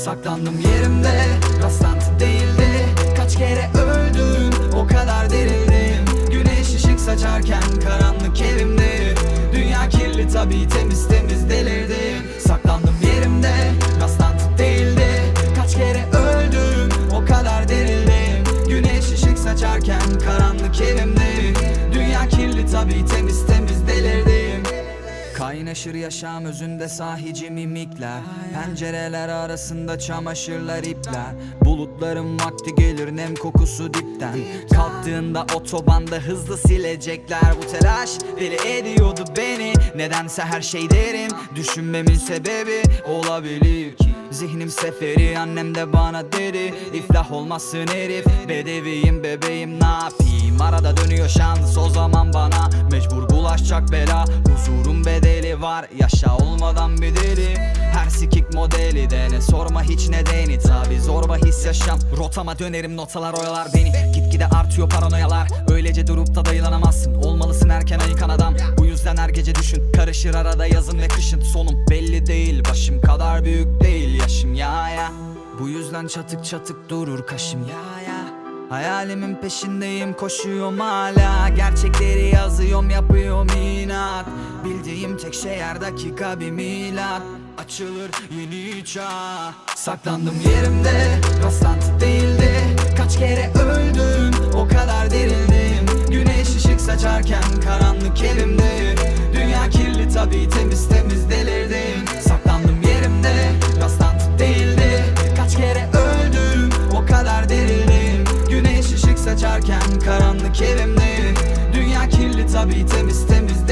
Saklandım yerimde, rastlantı değildi. Kaç kere öldüm, o kadar derildim. Güneş ışık saçarken karanlık evimde. Dünya kirli tabii, temiz temiz delirdim. Saklandım yerimde, rastlantı değildi. Kaç kere öldüm, o kadar derildim. Güneş ışık saçarken karanlık evimde. Dünya kirli tabii, temiz temiz delirdim. Kaynaşır yaşam özünde sahici mimikler. Pencereler arasında çamaşırlar, ipler. Bulutların vakti gelir, nem kokusu dipten. Kalktığında otobanda hızlı silecekler. Bu telaş deli ediyordu beni. Nedense her şey derin. Düşünmemin sebebi olabilir ki zihnim seferi. Annem de bana dedi, iflah olmazsın herif. Bedeviyim bebeğim, ne yapayım? Arada dönüyor şans, o zaman bana mecbur bulaşacak bela. Huzurun bedeli var, yaşa olmadan bir deli. Her sikik modeli dene, sorma hiç nedeni. Tabi zorba his yaşam, rotama dönerim, notalar oyalar beni. Gitgide artıyor paranoyalar, öylece durup da dayılanamazsın. Olmalısın erken ayıkan adam, bu yüzden her gece düşün. Karışır arada yazın ve kışın, sonum belli değil. Başım kadar büyük değil yaşım ya ya. Bu yüzden çatık çatık durur kaşım ya ya. Hayalimin peşindeyim, koşuyorum hala. Gerçekleri yazıyorum, yapıyorum inat. Bildiğim tek şey her dakika bir milat. Açılır yeni çağ. Saklandım yerimde, rastlantı değildi. Kaç kere öldüm, o kadar derildim. Güneş ışık saçarken karanlık evimde. Dünya kirli tabii, temiz temiz delirdim. Saklandım yerimde, rastlantı değildi. Kaç kere öldüm, o kadar derildim. Güneş ışık saçarken karanlık evimde. Dünya kirli tabii, temiz temiz